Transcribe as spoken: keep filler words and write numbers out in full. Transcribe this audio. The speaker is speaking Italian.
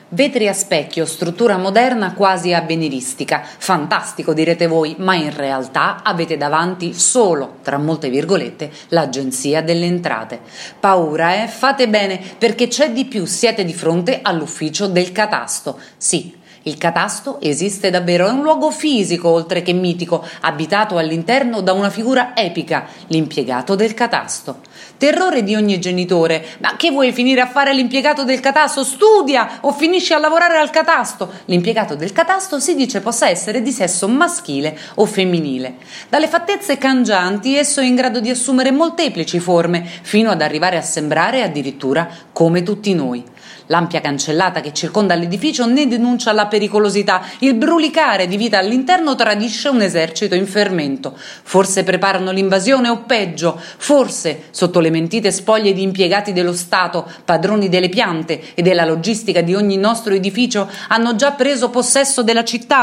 Vetri a specchio, struttura moderna quasi avveniristica. Fantastico, direte voi, ma in realtà avete davanti solo, tra molte virgolette, l'Agenzia delle Entrate. Paura, eh? Fate bene, perché c'è di più, siete di fronte all'ufficio del catasto. Sì, il catasto esiste davvero, è un luogo fisico oltre che mitico, abitato all'interno da una figura epica, l'impiegato del catasto. Terrore di ogni genitore: ma che vuoi finire a fare l'impiegato del catasto? Studia o finisci a lavorare al catasto. L'impiegato del catasto si dice possa essere di sesso maschile o femminile. Dalle fattezze cangianti esso è in grado di assumere molteplici forme, fino ad arrivare a sembrare addirittura come tutti noi. L'ampia cancellata che circonda l'edificio ne denuncia la pericolosità. Il brulicare di vita all'interno tradisce un esercito in fermento. Forse preparano l'invasione o peggio, forse sotto le mentite spoglie di impiegati dello Stato, padroni delle piante e della logistica di ogni nostro edificio, hanno già preso possesso della città.